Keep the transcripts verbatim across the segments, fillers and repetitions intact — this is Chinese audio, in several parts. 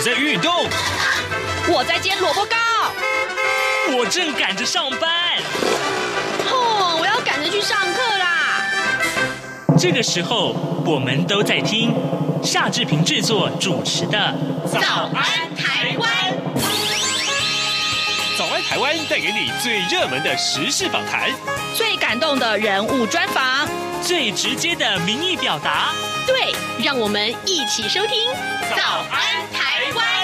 在运动， 我在煎萝卜糕， 我正赶着上班。 哦，我要赶着去上课啦。 这个时候，我们都在听夏志平制作主持的《 早安台湾》。 早安台湾带给你最热门的时事访谈， 最感动的人物专访， 最直接的民意表达。 对，让我们一起收听《早安台湾》。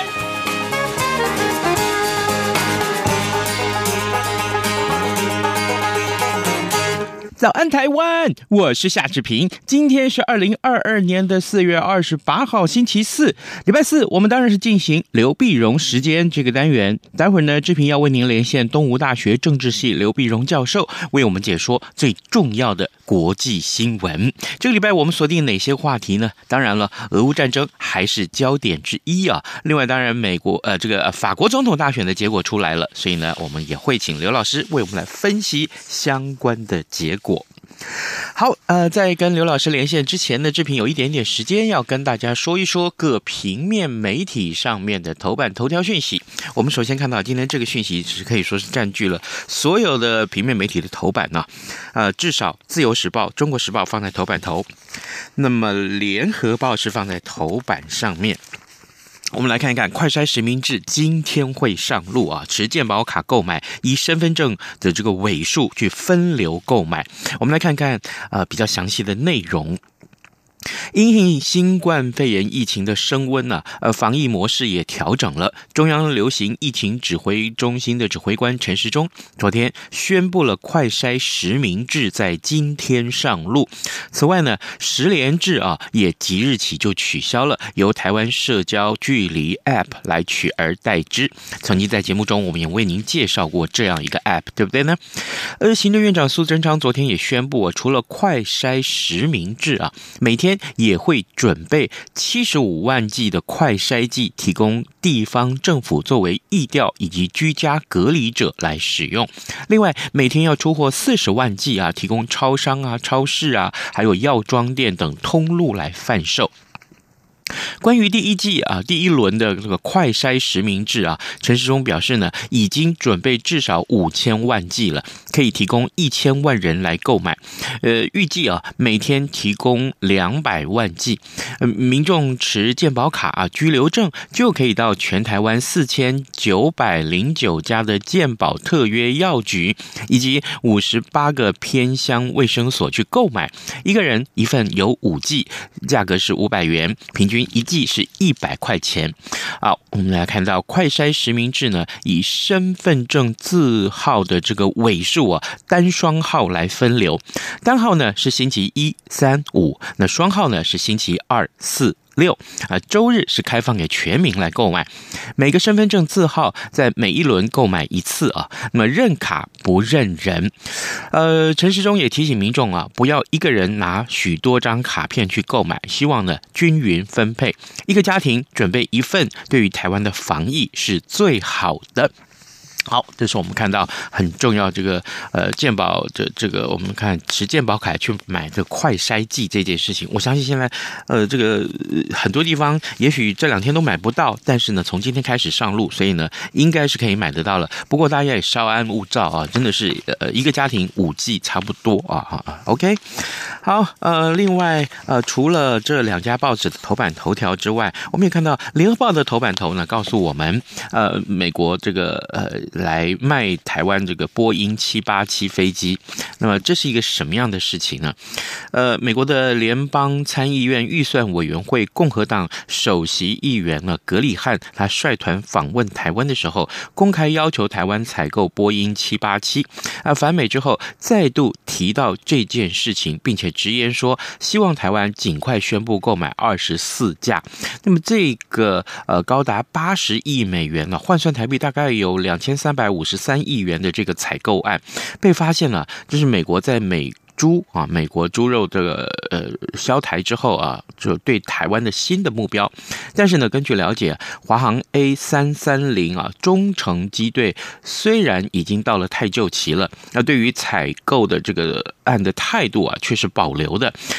早安台湾，我是夏志平。今天是二零二二年的四月二十八号，星期四，礼拜四，我们当然是进行刘必荣时间这个单元。待会儿呢，志平要为您连线东吴大学政治系刘必荣教授，为我们解说最重要的国际新闻。这个礼拜我们锁定哪些话题呢？当然了，俄乌战争还是焦点之一啊。另外，当然美国呃这个、呃、法国总统大选的结果出来了，所以呢，我们也会请刘老师为我们来分析相关的结果。好，呃，在跟刘老师连线之前呢，志平有一点点时间要跟大家说一说各平面媒体上面的头版头条讯息。我们首先看到今天这个讯息是可以说是占据了所有的平面媒体的头版呢、啊，呃，至少自由时报、中国时报放在头版头，那么联合报是放在头版上面。我们来看一看快筛实名制今天会上路啊，持健保卡购买，以身份证的这个尾数去分流购买。我们来看看呃比较详细的内容。因应新冠肺炎疫情的升温呢、啊，呃，防疫模式也调整了。中央流行疫情指挥中心的指挥官陈时中昨天宣布了快筛实名制在今天上路。此外呢，实联制啊也即日起就取消了，由台湾社交距离 App 来取而代之。曾经在节目中我们也为您介绍过这样一个 App， 对不对呢？而行政院长苏贞昌昨天也宣布、啊，除了快筛实名制啊，每天也会准备七十五万剂的快筛剂，提供地方政府作为疫调以及居家隔离者来使用。另外，每天要出货四十万剂啊，提供超商啊、超市啊，还有药妆店等通路来贩售。关于第一季啊，第一轮的这个快筛实名制啊，陈时中表示呢，已经准备至少五千万剂了，可以提供一千万人来购买。呃，预计啊，每天提供两百万剂。呃，民众持健保卡啊、居留证就可以到全台湾四千九百零九家的健保特约药局以及五十八个偏乡卫生所去购买。一个人一份有五剂，价格是五百元，平均一剂是一百块钱。好，我们来看到快筛实名制呢，以身份证字号的这个尾数啊，单双号来分流。单号呢是星期一、三、五，那双号呢是星期二、四、六啊，周日是开放给全民来购买。每个身份证字号在每一轮购买一次啊，那么认卡不认人。呃，陈时中也提醒民众啊，不要一个人拿许多张卡片去购买，希望呢均匀分配，一个家庭准备一份，对于台湾的防疫是最好的。好，这是我们看到很重要这个呃健保的这个，我们看持健保卡去买这快筛剂这件事情，我相信现在呃这个很多地方也许这两天都买不到，但是呢从今天开始上路，所以呢应该是可以买得到了。不过大家也稍安勿躁啊，真的是呃一个家庭五剂差不多啊啊 OK。好，呃另外呃除了这两家报纸的头版头条之外，我们也看到联合报的头版头呢告诉我们，呃美国这个呃。来卖台湾这个波音七八七飞机，那么这是一个什么样的事情呢？呃，美国的联邦参议院预算委员会共和党首席议员呢格里汉，他率团访问台湾的时候，公开要求台湾采购波音七八七。啊，返美之后再度提到这件事情，并且直言说，希望台湾尽快宣布购买二十四架。那么这个呃高达八十亿美元呢，换算台币大概有两千三百五十三亿元的这个采购案被发现了，就是美国在美猪啊，美国猪肉这个呃销台之后啊，就对台湾的新的目标。但是呢，根据了解，华航 A 三三零 啊，中程机队虽然已经到了太旧期了，那对于采购的这个案的态度啊，却是保留的。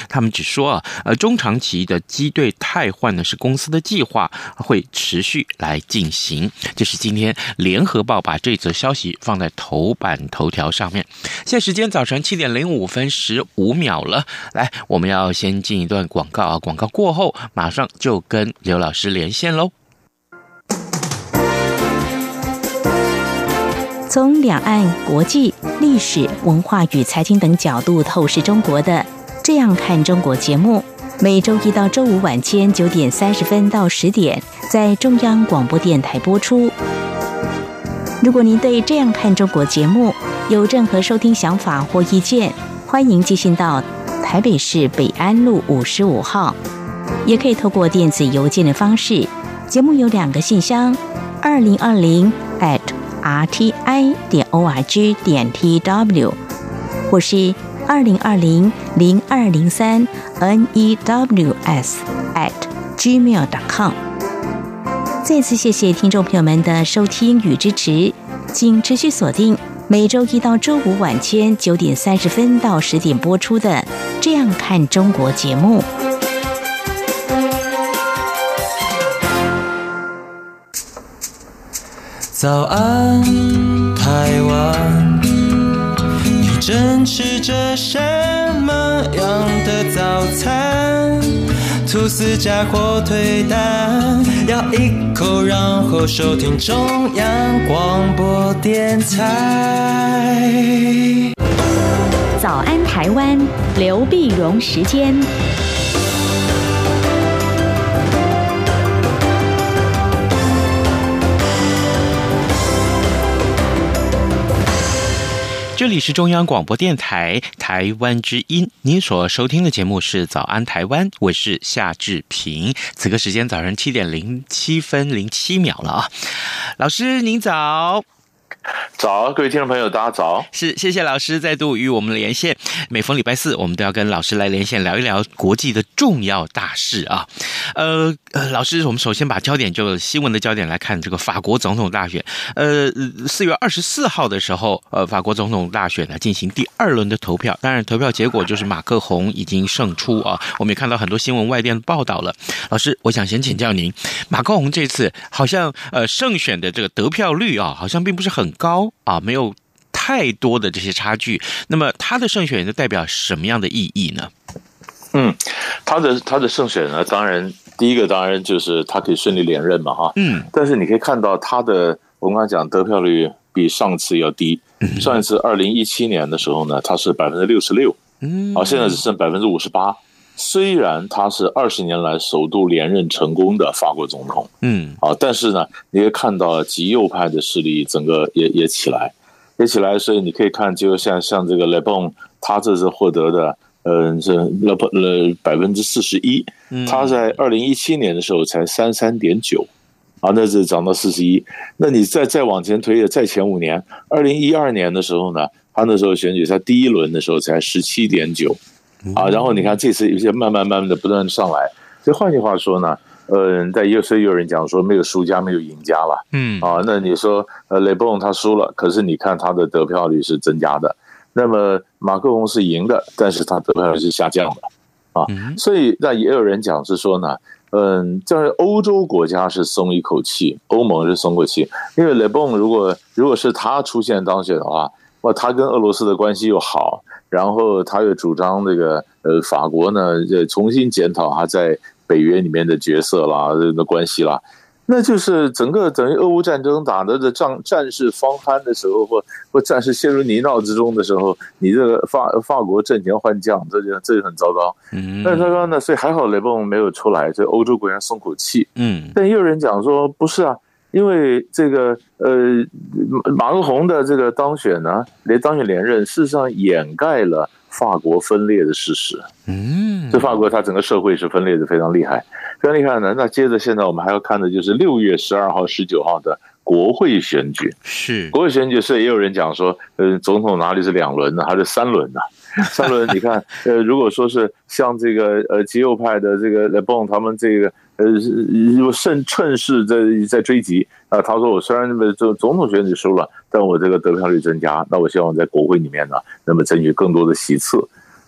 他们只说啊，呃，中长期的机队汰换呢是公司的计划，会持续来进行。这是今天联合报把这则消息放在头版头条上面。现在时间早晨七点零五分十五秒了，来，我们要先进一段广告啊，广告过后马上就跟刘老师连线喽。 从两岸、国际、历史文化与财经等角度透视中国的《这样看中国》节目，每周一到周五晚间九点三十分到十点在中央广播电台播出。如果您对《这样看中国》节目有任何收听想法或意见，欢迎寄信到台北市北安路五十五号，也可以透过电子邮件的方式。节目有两个信箱：二零二零 at r t i 点 o r g 点 t w， 或是二零二零零二零三 n e w s at gmail 点 com。 再次谢谢听众朋友们的收听与支持，请持续锁定每周一到周五晚间九点三十分到十点播出的《这样看中国》节目。 早安，台湾，你正吃着什么样的早餐？吐司加火腿蛋，咬一口，然后收听中央广播电台。 早安，台湾，刘碧荣时间。 这里是中央广播电台台湾之音，您所收听的节目是早安台湾，我是夏志平。此刻时间早上七点零七分零七秒了啊，老师您早。 早，各位听众朋友，大家早。 是，谢谢老师再度与我们连线。每逢礼拜四，我们都要跟老师来连线，聊一聊国际的重要大事啊。呃呃，老师，我们首先把焦点就新闻的焦点来看这个法国总统大选。呃，四月二十四号的时候，呃，法国总统大选呢进行第二轮的投票。当然，投票结果就是马克宏已经胜出啊。我们也看到很多新闻外电报道了。老师，我想先请教您，马克宏这次好像呃胜选的这个得票率啊，好像并不是很高啊，没有太多的这些差距。那么他的胜选又代表什么样的意义呢？ 嗯，他的他的胜选呢，当然第一个当然就是他可以顺利连任嘛，哈。嗯。但是你可以看到他的，我们刚才讲得票率比上次要低。嗯、上一次二零一七年的时候呢，他是百分之六十六，嗯，啊，现在只剩百分之五十八。虽然他是二十年来首度连任成功的法国总统，嗯，啊，但是呢，你会看到极右派的势力整个也也起来，也起来，所以你可以看，就像像这个 Le Bon， 他这次获得的，呃，是 Le Bon 呃百分之四十一，他在二零一七年的时候才三三点九，啊，那是涨到四十一。那你再再往前推，再前五年，二零一二年的时候呢，他那时候选举在第一轮的时候才十七点九。啊，然后你看这次有些慢慢慢慢的不断上来，所以换句话说呢，呃，但也所以有人讲说没有输家没有赢家了，嗯，啊，那你说呃雷布隆他输了，可是你看他的得票率是增加的，那么马克宏是赢的，但是他得票率是下降的，啊，所以那也有人讲是说呢，嗯，在欧洲国家是松一口气，欧盟是松口气，因为雷布隆如果如果是他出现当选的话，哇，他跟俄罗斯的关系又好。然后他又主张这个呃法国呢，重新检讨他在北约里面的角色啦、的关系啦，那就是整个等于俄乌战争打的这仗战事方酣的时候，或或战事陷入泥淖之中的时候，你这个法法国阵前换将，这就这就很糟糕。嗯，那糟糕呢，所以还好雷布隆没有出来，所以欧洲国家松口气。嗯，但也有人讲说不是啊。因为这个呃，马克宏的这个当选呢，连当选连任，事实上掩盖了法国分裂的事实。嗯，这法国它整个社会是分裂的非常厉害，非常厉害呢。那接着现在我们还要看的就是六月十二号、十九号的国会选举。是国会选举，是也有人讲说，呃，总统哪里是两轮呢，还是三轮呢？三轮，你看，呃，如果说是像这个呃极右派的这个 Le Bon 他们这个。呃，趁趁势在在追击啊！他说：“我虽然这总统选举输了，但我这个得票率增加，那我希望在国会里面呢，那么争取更多的席次。”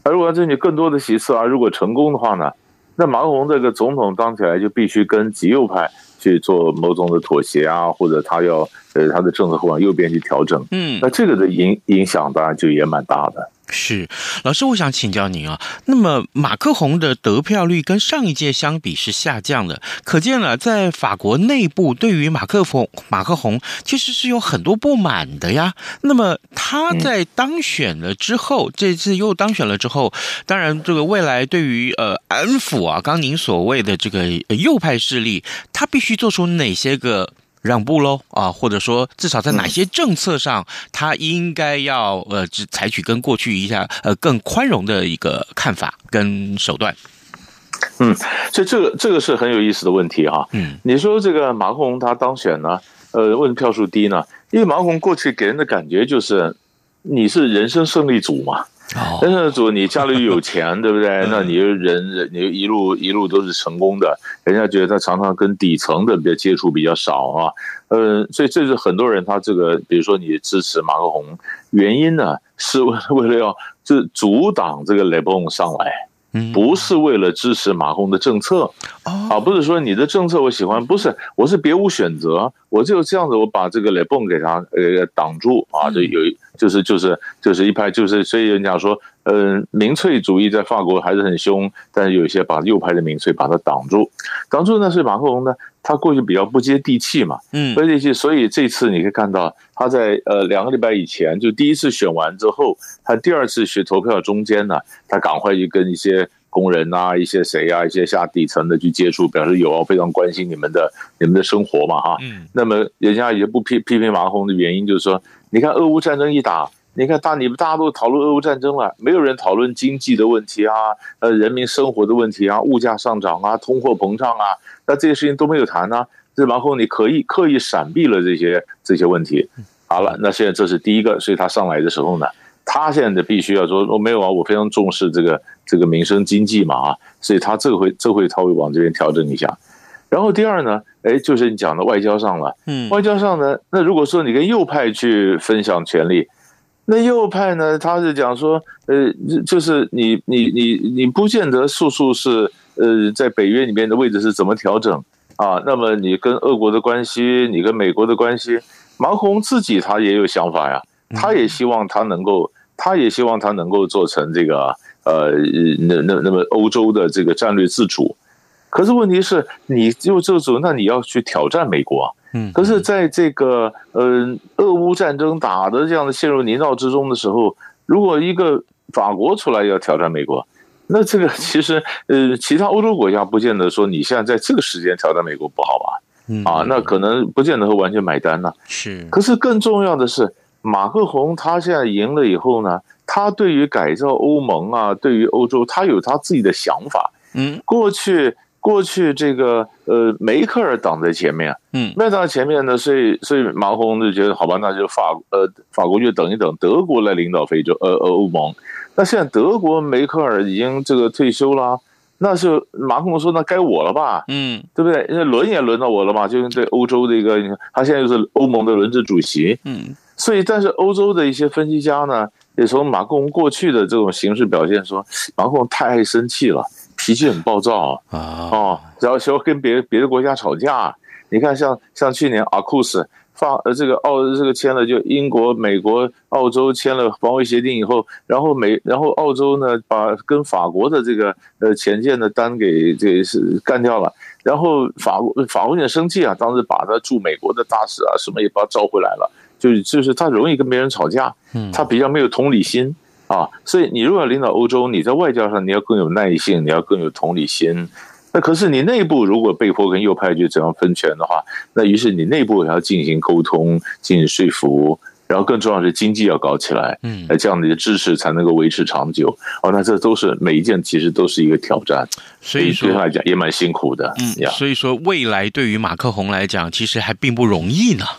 而如果争取更多的席次啊，如果成功的话呢，那马克宏这个总统当起来就必须跟极右派去做某种的妥协啊，或者他要呃他的政策会往右边去调整，嗯，那这个的影影响当然就也蛮大的。 是，老师，我想请教您啊。那么马克宏的得票率跟上一届相比是下降的，可见了在法国内部对于马克宏马克宏其实是有很多不满的呀。那么他在当选了之后，嗯、这次又当选了之后，当然这个未来对于呃安抚啊，刚您所谓的这个右派势力，他必须做出哪些个让步喽啊，或者说至少在哪些政策上，他应该要呃采取跟过去一下呃更宽容的一个看法跟手段。 嗯，所以这个这个是很有意思的问题哈。嗯，你说这个马克宏他当选呢，呃，为什么票数低呢？因为马克宏过去给人的感觉就是你是人生胜利组嘛。人生组，你家里有钱，对不对？那你人你一路一路都是成功的，人家觉得他常常跟底层的比接触比较少啊，呃，所以这是很多人他这个，比如说你支持马克宏，原因呢是为为了要就是阻挡这个雷崩上来。不是为了支持马克宏的政策啊，不是说你的政策我喜欢，不是，我是别无选择，我就这样子，我把这个雷崩给他呃挡住啊，就有就是就是就是一派就是，所以人家说，呃，民粹主义在法国还是很凶，但是有一些把右派的民粹把它挡住，挡住呢，是马克宏呢，他过去比较不接地气嘛，嗯，不接地气，所以这次你可以看到他在呃两个礼拜以前，就第一次选完之后，他第二次去投票中间呢，他赶快去跟一些工人啊，一些谁啊，一些下底层的去接触，表示有啊，非常关心你们的你们的生活嘛，哈。嗯。那么人家也不批批评马克宏的原因，就是说，你看俄乌战争一打，你看大你们大家都讨论俄乌战争了，没有人讨论经济的问题啊，呃，人民生活的问题啊，物价上涨啊，通货膨胀啊，那这些事情都没有谈啊。这马克宏你可以刻意闪避了这些这些问题。好了，那现在这是第一个，所以他上来的时候呢，他现在必须要说，我、哦、没有啊，我非常重视这个这个民生经济嘛啊，所以他这回这回他会往这边调整一下。然后第二呢，哎，就是你讲的外交上了，嗯，外交上呢，那如果说你跟右派去分享权力，那右派呢，他是讲说，呃，就是你你你你不见得处处是呃在北约里面的位置是怎么调整啊？那么你跟俄国的关系，你跟美国的关系，马克宏自己他也有想法呀。他也希望他能够，他也希望他能够做成这个呃，那那那么欧洲的这个战略自主。可是问题是，你就自主，那你要去挑战美国啊。嗯。可是在这个呃俄乌战争打的这样的陷入泥淖之中的时候，如果一个法国出来要挑战美国，那这个其实呃其他欧洲国家不见得说你现在在这个时间挑战美国不好吧？嗯。啊，那可能不见得会完全买单呢。是。可是更重要的是，马克宏他现在赢了以后呢，他对于改造欧盟啊，对于欧洲，他有他自己的想法。嗯，过去过去这个呃梅克尔挡在前面，嗯，梅克尔前面呢，所以所以马克宏就觉得好吧，那就法呃法国就等一等，德国来领导非洲呃呃欧盟。那现在德国梅克尔已经这个退休了，那是马克宏说那该我了吧，嗯，对不对？因为轮也轮到我了嘛，就是对欧洲的一个，他现在就是欧盟的轮值主席，嗯。所以，但是欧洲的一些分析家呢，也从马克宏过去的这种形式表现说，马克宏太爱生气了，脾气很暴躁啊，哦，然后喜欢跟别别的国家吵架。你看像，像像去年阿库斯法呃这个澳这个签了，就英国、美国、澳洲签了防卫协定以后，然后美然后澳洲呢把跟法国的这个呃前舰的单给这是干掉了，然后法国法国有点生气啊，当时把他驻美国的大使啊什么也把他召回来了。就就是他容易跟别人吵架，他比较没有同理心啊，所以你如果要领导欧洲，你在外交上你要更有耐性，你要更有同理心。那可是你内部如果被迫跟右派去怎样分权的话，那于是你内部也要进行沟通，进行说服，然后更重要的是经济要搞起来，嗯，这样的支持才能够维持长久。哦，那这都是每一件其实都是一个挑战，所以对他来讲也蛮辛苦的。 嗯，所以说未来对于马克宏来讲，其实还并不容易呢。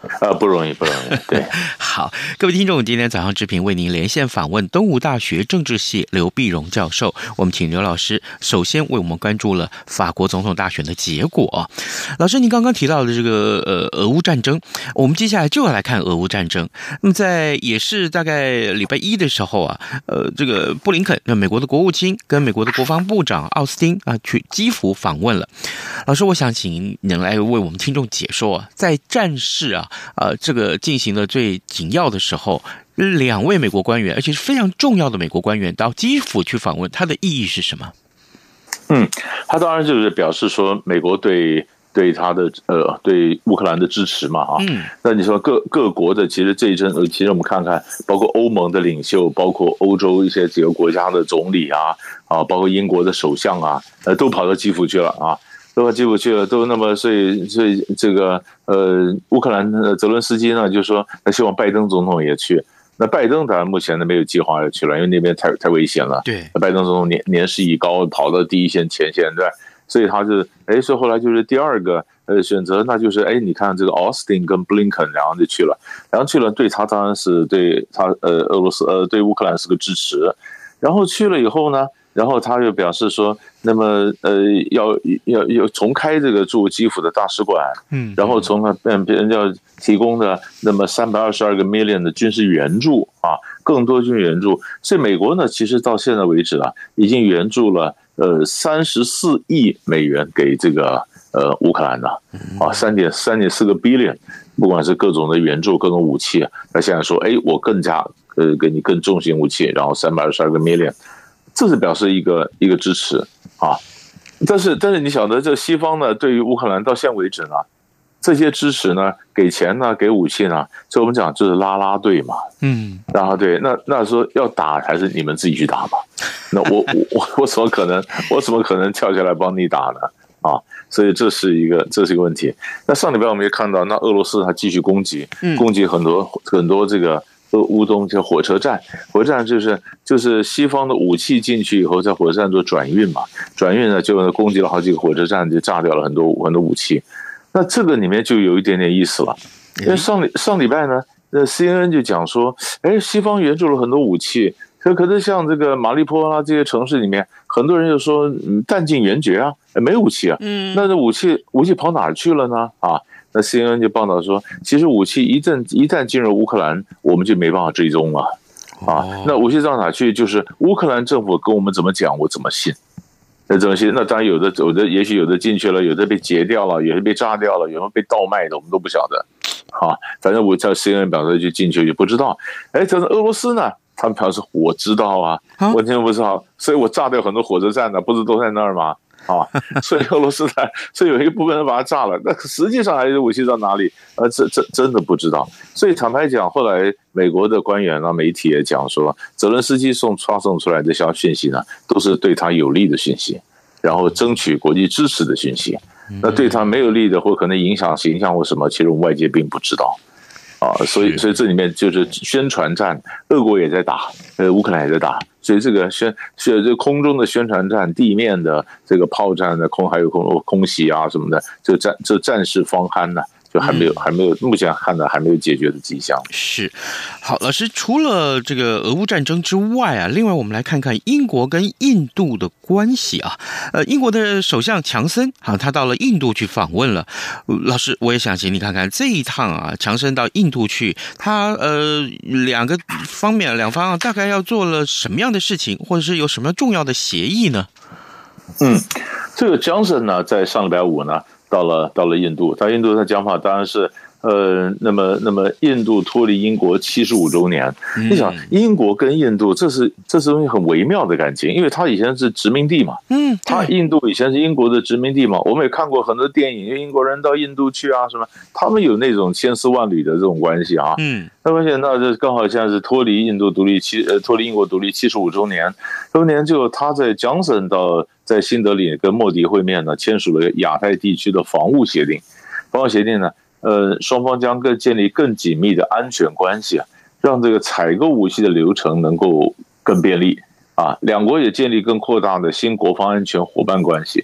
呃，不容易，不容易。对， 好，各位听众，今天早上志平为您连线访问东吴大学政治系刘必荣教授。我们请刘老师首先为我们关注了法国总统大选的结果。老师，您刚刚提到的这个呃俄乌战争，我们接下来就要来看俄乌战争。那么在也是大概礼拜一的时候啊，呃，这个布林肯，美国的国务卿跟美国的国防部长奥斯汀啊，去基辅访问了。老师，我想请您来为我们听众解说啊，在战事啊，呃，这个进行的最紧要的时候，两位美国官员，而且是非常重要的美国官员到基辅去访问，它的意义是什么？ 嗯，他当然就是表示说，美国对对他的呃对乌克兰的支持嘛啊。嗯。那你说各各国的，其实这一阵，呃，其实我们看看，包括欧盟的领袖，包括欧洲一些几个国家的总理啊啊，包括英国的首相啊，呃，都跑到基辅去了啊。都到基辅去了，都那么所以所以这个呃乌克兰的泽伦斯基呢，就说他希望拜登总统也去。那拜登当然目前呢没有计划要去了，因为那边太太危险了。对，拜登总统年年事已高，跑到第一线前线，对吧？所以他就哎，所以后来就是第二个呃选择，那就是哎，你看这个奥斯汀跟布林肯，然后就去了，然后去了，对他当然是对他呃俄罗斯呃对乌克兰是个支持，然后去了以后呢。然后他就表示说，那么呃，要要要重开这个驻基辅的大使馆，嗯，然后从嗯别人要提供的那么三百二十二个 million 的军事援助啊，更多军事援助。所以美国呢，其实到现在为止啊，已经援助了呃三十四亿美元给这个呃乌克兰了啊，三点三点四个 billion， 不管是各种的援助、各种武器，他现在说，哎，我更加呃给你更重型武器，然后三百二十二个 million。这是表示一个一个支持啊，但是但是你晓得，这西方呢对于乌克兰到现在为止呢，这些支持呢，给钱呢，给武器呢，所以我们讲就是拉拉队嘛，嗯，拉拉队，那那说要打还是你们自己去打嘛？那我我我怎么可能我怎么可能跳下来帮你打呢？啊，所以这是一个这是一个问题。那上礼拜我们也看到，那俄罗斯它继续攻击，攻击很多很多这个。乌东叫火车站，火车站就是就是西方的武器进去以后，在火车站做转运嘛，转运呢就攻击了好几个火车站，就炸掉了很多很多武器。那这个里面就有一点点意思了，因为上礼上礼拜呢，那 C N N 就讲说，哎，西方援助了很多武器，可可是像这个马利波拉这些城市里面，很多人就说弹尽援绝啊，没武器啊，嗯，那这武器武器跑哪儿去了呢？啊？那 C N N 就报道说，其实武器一旦一旦进入乌克兰，我们就没办法追踪了啊。那武器到哪去？就是乌克兰政府跟我们怎么讲，我怎么信。那怎么信？那当然有的有的，也许有的进去了，有的被截掉了，有的被炸掉了，有的被盗卖的，我们都不晓得。啊，反正我在 C N N 表示就进去就不知道。哎，但是俄罗斯呢？他们表示我知道啊，我真不知道，所以我炸掉很多火车站呢，不是都在那儿吗？啊，所以俄罗斯呢，所以有一个部分人把它炸了，那实际上还是武器到哪里？呃，这这真的不知道。所以坦白讲，后来美国的官员啊、媒体也讲说，泽伦斯基送发送出来的这些讯息呢，都是对他有利的讯息，然后争取国际支持的讯息。那对他没有利的，或可能影响形象或什么，其实我们外界并不知道。啊，所以所以这里面就是宣传战，俄国也在打，呃，乌克兰也在打，所以这个宣是这空中的宣传战，地面的这个炮战的空还有空空袭啊什么的，这战这战事方酣呢。就还没有，还没有，目前看的还没有解决的迹象。 是，好，老师，除了这个俄乌战争之外啊，另外我们来看看英国跟印度的关系啊。呃，英国的首相强森啊，他到了印度去访问了。老师，我也想请你看看这一趟啊，强森到印度去，他呃两个方面两方啊，大概要做了什么样的事情，或者是有什么重要的协议呢？ 嗯，这个强森呢，在上礼拜五呢。到了到了印度，到印度的讲法当然是，呃，那么那么印度脱离英国七十五周年，嗯、你想英国跟印度，这是这是东西很微妙的感情，因为它以前是殖民地嘛，嗯，它印度以前是英国的殖民地嘛，我们也看过很多电影，因为英国人到印度去啊什么，他们有那种千丝万缕的这种关系啊，嗯，那关系那这刚好现在是脱离印度独立七呃脱离英国独立七十五周年，周年就他在强森到。在新德里跟莫迪会面呢，签署了亚太地区的防务协定。防务协定呢，呃，双方将更建立更紧密的安全关系啊，让这个采购武器的流程能够更便利啊。两国也建立更扩大的新国防安全伙伴关系。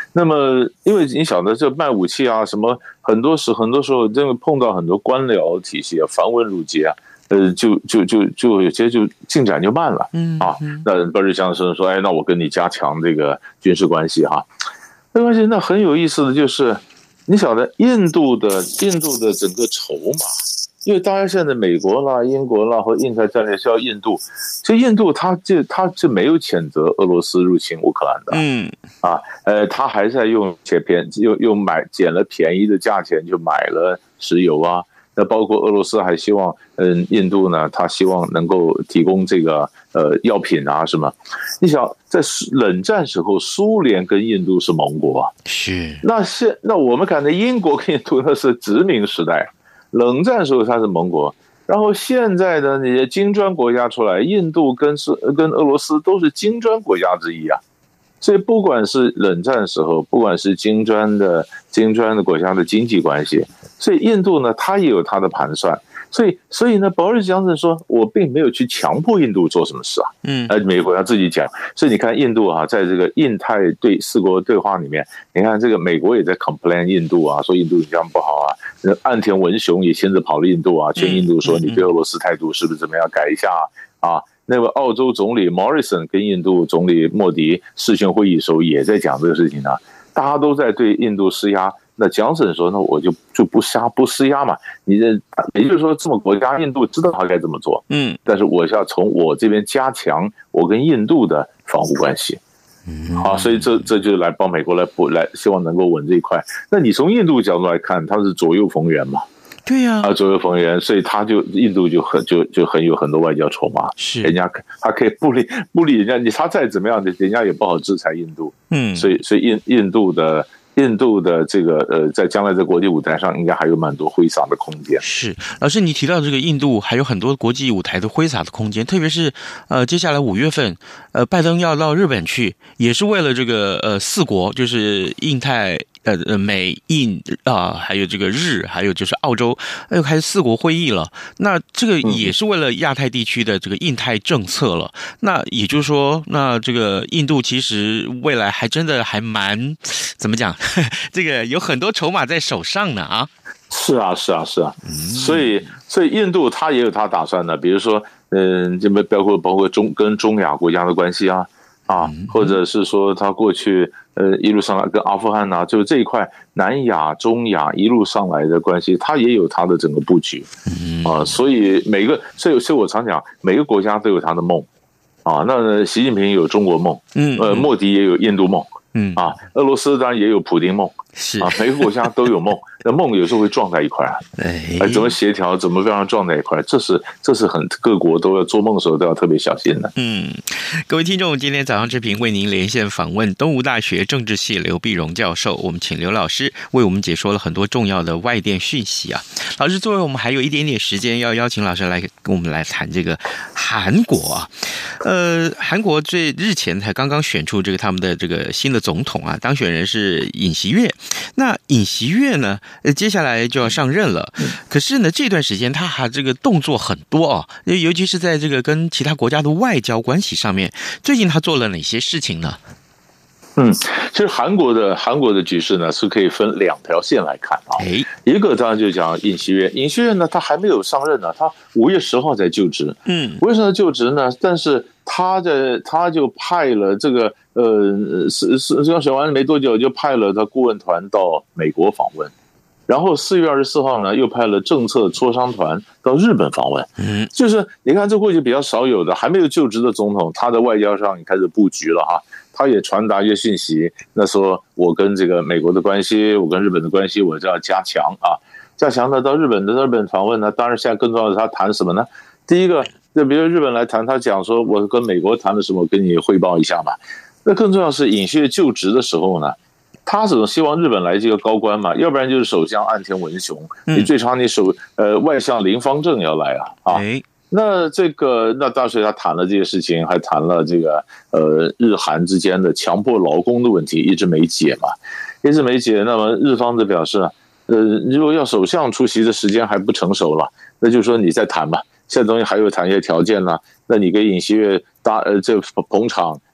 那么，因为你晓得，这卖武器啊，什么很多时很多时候，真的碰到很多官僚体系啊，繁文缛节啊，呃，就就就就有些就进展就慢了，嗯啊。那鲍里强生说：“哎，那我跟你加强这个军事关系哈。”没关系，那很有意思的就是，你晓得印度的印度的整个筹码。因为大家现在美国啦、英国啦和印太战略是要印度，这印度他这他是没有谴责俄罗斯入侵乌克兰的，嗯啊，呃，他还在用且便又又买捡了便宜的价钱就买了石油啊，那包括俄罗斯还希望，嗯，印度呢，他希望能够提供这个呃药品啊什么。你想在冷战时候，苏联跟印度是盟国啊， 是那现那我们看的英国跟印度那是殖民时代。冷战时候它是盟国，然后现在的那些金砖国家出来，印度跟是跟俄罗斯都是金砖国家之一啊，所以不管是冷战时候，不管是金砖的金砖的国家的经济关系，所以印度呢，它也有它的盘算。所以，所以呢，鲍里斯·强森说，我并没有去强迫印度做什么事啊，嗯，呃，美国要自己讲。所以你看，印度啊，在这个印太对四国对话里面，你看这个美国也在 complain 印度啊，说印度这样不好啊。岸田文雄也亲自跑了印度啊，劝印度说，你对俄罗斯态度是不是怎么样改一下啊？啊，那个澳洲总理 Morrison 跟印度总理莫迪视讯会议的时候也在讲这个事情啊，大家都在对印度施压。那强森说：“那我就就不施不施压嘛，你这也就是说，这么国家印度知道他该怎么做，嗯，但是我是要从我这边加强我跟印度的防护关系，嗯，好，所以这这就来帮美国来补来，希望能够稳这一块。那你从印度角度来看，它是左右逢源嘛， 对呀、啊， 啊，左右逢源，所以他就印度就很就就很有很多外交筹码， 是人家他可以不理不理人家，你他再怎么样的，人家也不好制裁印度，嗯，所以所以印印度的。”印度的这个呃，在将来在国际舞台上，应该还有蛮多挥洒的空间。 是，老师，你提到这个印度还有很多国际舞台的挥洒的空间，特别是呃，接下来五月份，呃，拜登要到日本去，也是为了这个呃四国，就是印太。呃呃，美印啊、呃，还有这个日，还有就是澳洲，又开始四国会议了。那这个也是为了亚太地区的这个印太政策了。那也就是说，那这个印度其实未来还真的还蛮怎么讲？这个有很多筹码在手上呢啊。 是啊，是啊，是啊。嗯、所以，所以印度他也有他打算的，比如说，嗯，这边包括包括中跟中亚国家的关系啊。啊，或者是说他过去呃一路上来跟阿富汗啊，就这一块南亚、中亚一路上来的关系，他也有他的整个布局啊，所以每个所以所以我常讲，每个国家都有他的梦啊。那习近平有中国梦，嗯，呃，莫迪也有印度梦，嗯啊，俄罗斯当然也有普丁梦， 是啊，每个国家都有梦，那梦有时候会撞在一块啊，哎，怎么协调，怎么让它撞在一块，这是这是很各国都要做梦的时候都要特别小心的。 嗯，各位听众，今天早上之平为您连线访问东吴大学政治系刘必荣教授，我们请刘老师为我们解说了很多重要的外电讯息啊。老师，作为我们还有一点点时间，要邀请老师来跟我们来谈这个韩国啊，呃，韩国最日前才刚刚选出这个他们的这个新的总统啊，当选人是尹锡悦。那尹锡悦呢，呃，接下来就要上任了。可是呢，这段时间他还这个动作很多啊，尤其是在这个跟其他国家的外交关系上面，最近他做了哪些事情呢？ 嗯，其实韩国的韩国的局势呢，是可以分两条线来看啊。一个当然就讲尹锡悦，尹锡悦呢，他还没有上任呢，他五月十号才就职。嗯，为什么就职呢？但是他的他就派了这个呃，是是刚选完没多久，就派了他顾问团到美国访问。然后四月二十四号呢，又派了政策磋商团到日本访问。嗯，就是你看，这过去比较少有的，还没有就职的总统，他在外交上也开始布局了哈。他也传达一些信息，那说我跟这个美国的关系，我跟日本的关系，我就要加强啊，加强呢。到日本的日本访问呢，当然现在更重要的是他谈什么呢？第一个，就比如日本来谈，他讲说我跟美国谈了什么，我跟你汇报一下嘛。那更重要的是尹锡悦就职的时候呢，他只能希望日本来这个高官嘛，要不然就是首相岸田文雄，你最长你首呃外相林芳正要来啊啊。那这个，那当时他谈了这些事情，还谈了这个呃日韩之间的强迫劳工的问题，一直没解嘛，一直没解。那么日方就表示，呃，如果要首相出席的时间还不成熟了，那就说你再谈吧，现在东西还有谈一些条件呢，那你给尹锡悦搭呃这捧场，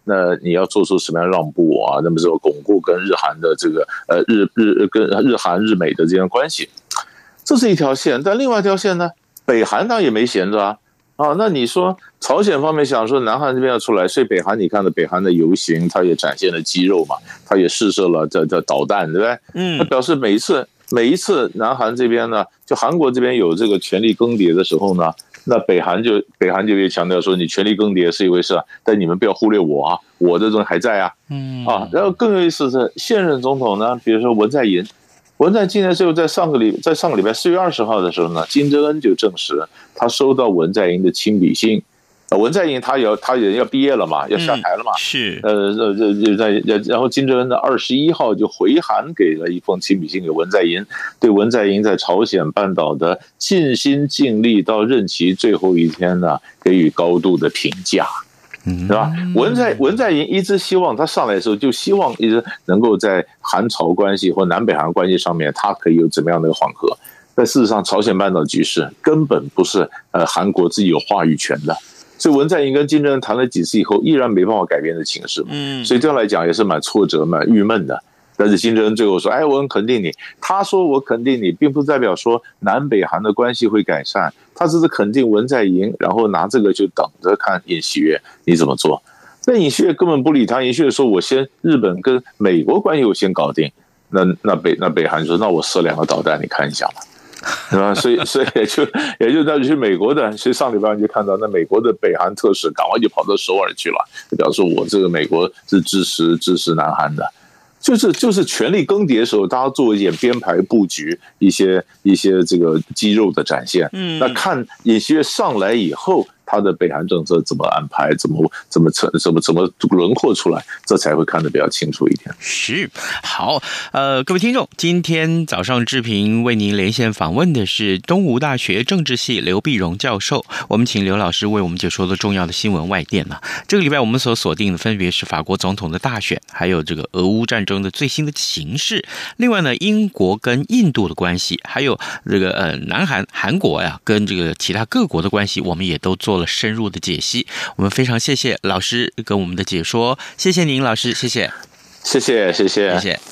那你要做出什么样让步啊？那么说巩固跟日韩的这个呃日日跟日韩日美的这样关系，这是一条线。但另外一条线呢，北韩当然也没闲着啊。啊，那你说朝鲜方面想说南韩这边要出来，所以北韩你看到北韩的游行，它也展现了肌肉嘛，它也试射了这这导弹，对不对？嗯，它表示每一次每一次南韩这边呢，就韩国这边有这个权力更迭的时候呢，那北韩就北韩就会强调说，你权力更迭是一回事啊，但你们不要忽略我啊，我的人还在啊，嗯啊，然后更有意思是现任总统呢，比如说文在寅。文在寅今年只有在上个礼在上个礼拜四月二十号的时候呢，金正恩就证实他收到文在寅的亲笔信。文在寅他也要他也要毕业了嘛，要下台了嘛，嗯、 是呃呃呃在然后金正恩呢二十一号就回函给了一封亲笔信给文在寅，对文在寅在朝鲜半岛的尽心尽力到任期最后一天呢给予高度的评价。是吧？文在文在寅一直希望他上来的时候，就希望一直能够在韩朝关系或南北韩关系上面，他可以有怎么样的缓和。但事实上，朝鲜半岛局势根本不是呃韩国自己有话语权的，所以文在寅跟金正恩谈了几次以后，依然没办法改变的情势。嗯，所以对他来讲也是蛮挫折、蛮郁闷的。但是金正恩最后说：“哎，我很肯定你。”他说：“我肯定你，并不代表说南北韩的关系会改善。他只是肯定文在寅，然后拿这个就等着看尹锡悦你怎么做。那尹锡悦根本不理他，尹锡悦说：‘我先日本跟美国关系我先搞定。’那那北那北韩说：‘那我射两个导弹，你看一下嘛。’对吧？所以所以也就也就那就去美国的，所以上礼拜你就看到那美国的北韩特使赶快就跑到首尔去了，就表示我这个美国是支持支持南韩的。”就是就是权力更迭的时候，大家做一点编排布局，一些一些这个肌肉的展现。嗯，那看尹锡悦上来以后，他的北韩政策怎么安排，怎么怎么怎么怎么轮廓出来，这才会看得比较清楚一点。 是，好，呃，各位听众，今天早上志平为您连线访问的是东吴大学政治系刘碧荣教授，我们请刘老师为我们解说的重要的新闻外电呢。这个礼拜我们所锁定的分别是法国总统的大选，还有这个俄乌战争的最新的情势。另外呢，英国跟印度的关系，还有这个呃南韩韩国呀、啊、跟这个其他各国的关系，我们也都做了深入的解析。我们非常谢谢老师跟我们的解说，谢谢您老师，谢谢， 谢谢，谢谢， 谢谢。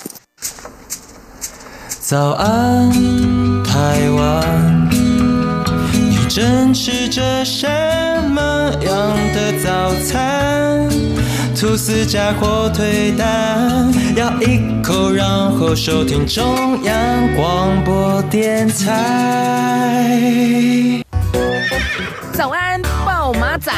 早安，台湾，你正吃着什么样的早餐？吐司加火腿蛋，咬一口，然后收听中央广播电台。 早安，暴马仔。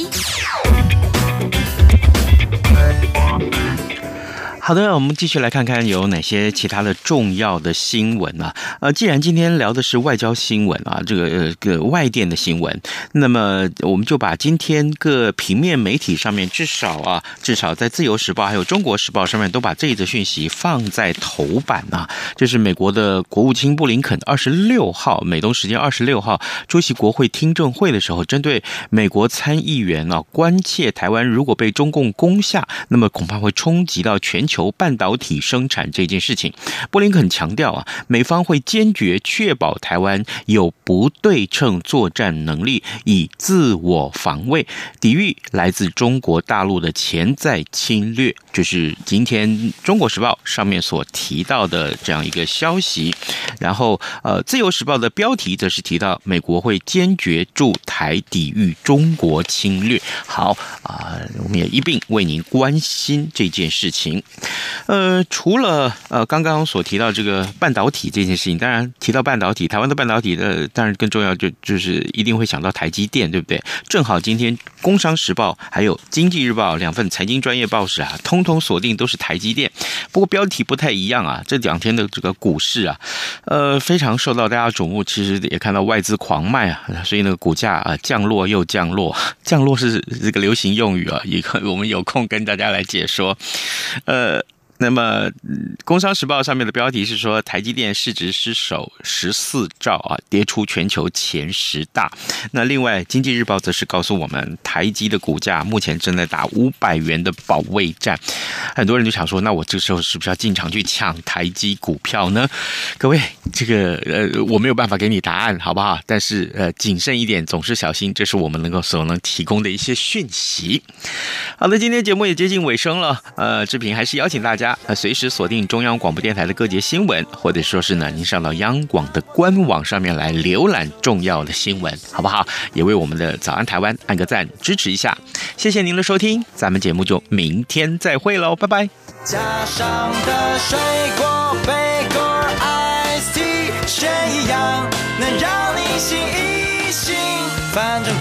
好的，我们继续来看看有哪些其他的重要的新闻啊。呃，既然今天聊的是外交新闻啊，这个呃个外电的新闻，那么我们就把今天各平面媒体上面至少啊，至少在自由时报还有中国时报上面都把这一则讯息放在头版啊。就是美国的国务卿布林肯二十六号美东时间二十六号出席国会听证会的时候，针对美国参议员啊关切台湾如果被中共攻下，那么恐怕会冲击到全球求半导体生产这件事情，布林肯强调啊，美方会坚决确保台湾有不对称作战能力，以自我防卫，抵御来自中国大陆的潜在侵略。就是今天《中国时报》上面所提到的这样一个消息。然后，呃，《自由时报》的标题则是提到美国会坚决驻台抵御中国侵略。好啊、呃，我们也一并为您关心这件事情。呃，除了呃刚刚所提到这个半导体这件事情，当然提到半导体，台湾的半导体的当然更重要就就是一定会想到台积电，对不对？正好今天《工商时报》还有《经济日报》两份财经专业报纸啊，通通锁定都是台积电。不过标题不太一样啊，这两天的这个股市啊，呃非常受到大家瞩目。其实也看到外资狂卖啊，所以那个股价啊降落又降落，降落是这个流行用语啊，也我们有空跟大家来解说。呃。 那么，嗯，工商时报上面的标题是说，台积电市值失守十四兆啊，跌出全球前十大。那另外，经济日报则是告诉我们，台积的股价目前正在打五百元的保卫战。很多人就想说，那我这个时候是不是要进场去抢台积股票呢？各位，这个呃，我没有办法给你答案，好不好？但是呃，谨慎一点，总是小心，这是我们能够所能提供的一些讯息。好的，今天节目也接近尾声了，呃，志平还是邀请大家呃随时锁定中央广播电台的各节新闻，或者说是呢，您上到央广的官网上面来浏览重要的新闻，好不好？也为我们的早安台湾按个赞，支持一下。谢谢您的收听，咱们节目就明天再会喽，拜拜。 加上的水果贝果 iced tea 选一样，能让你醒一醒，反正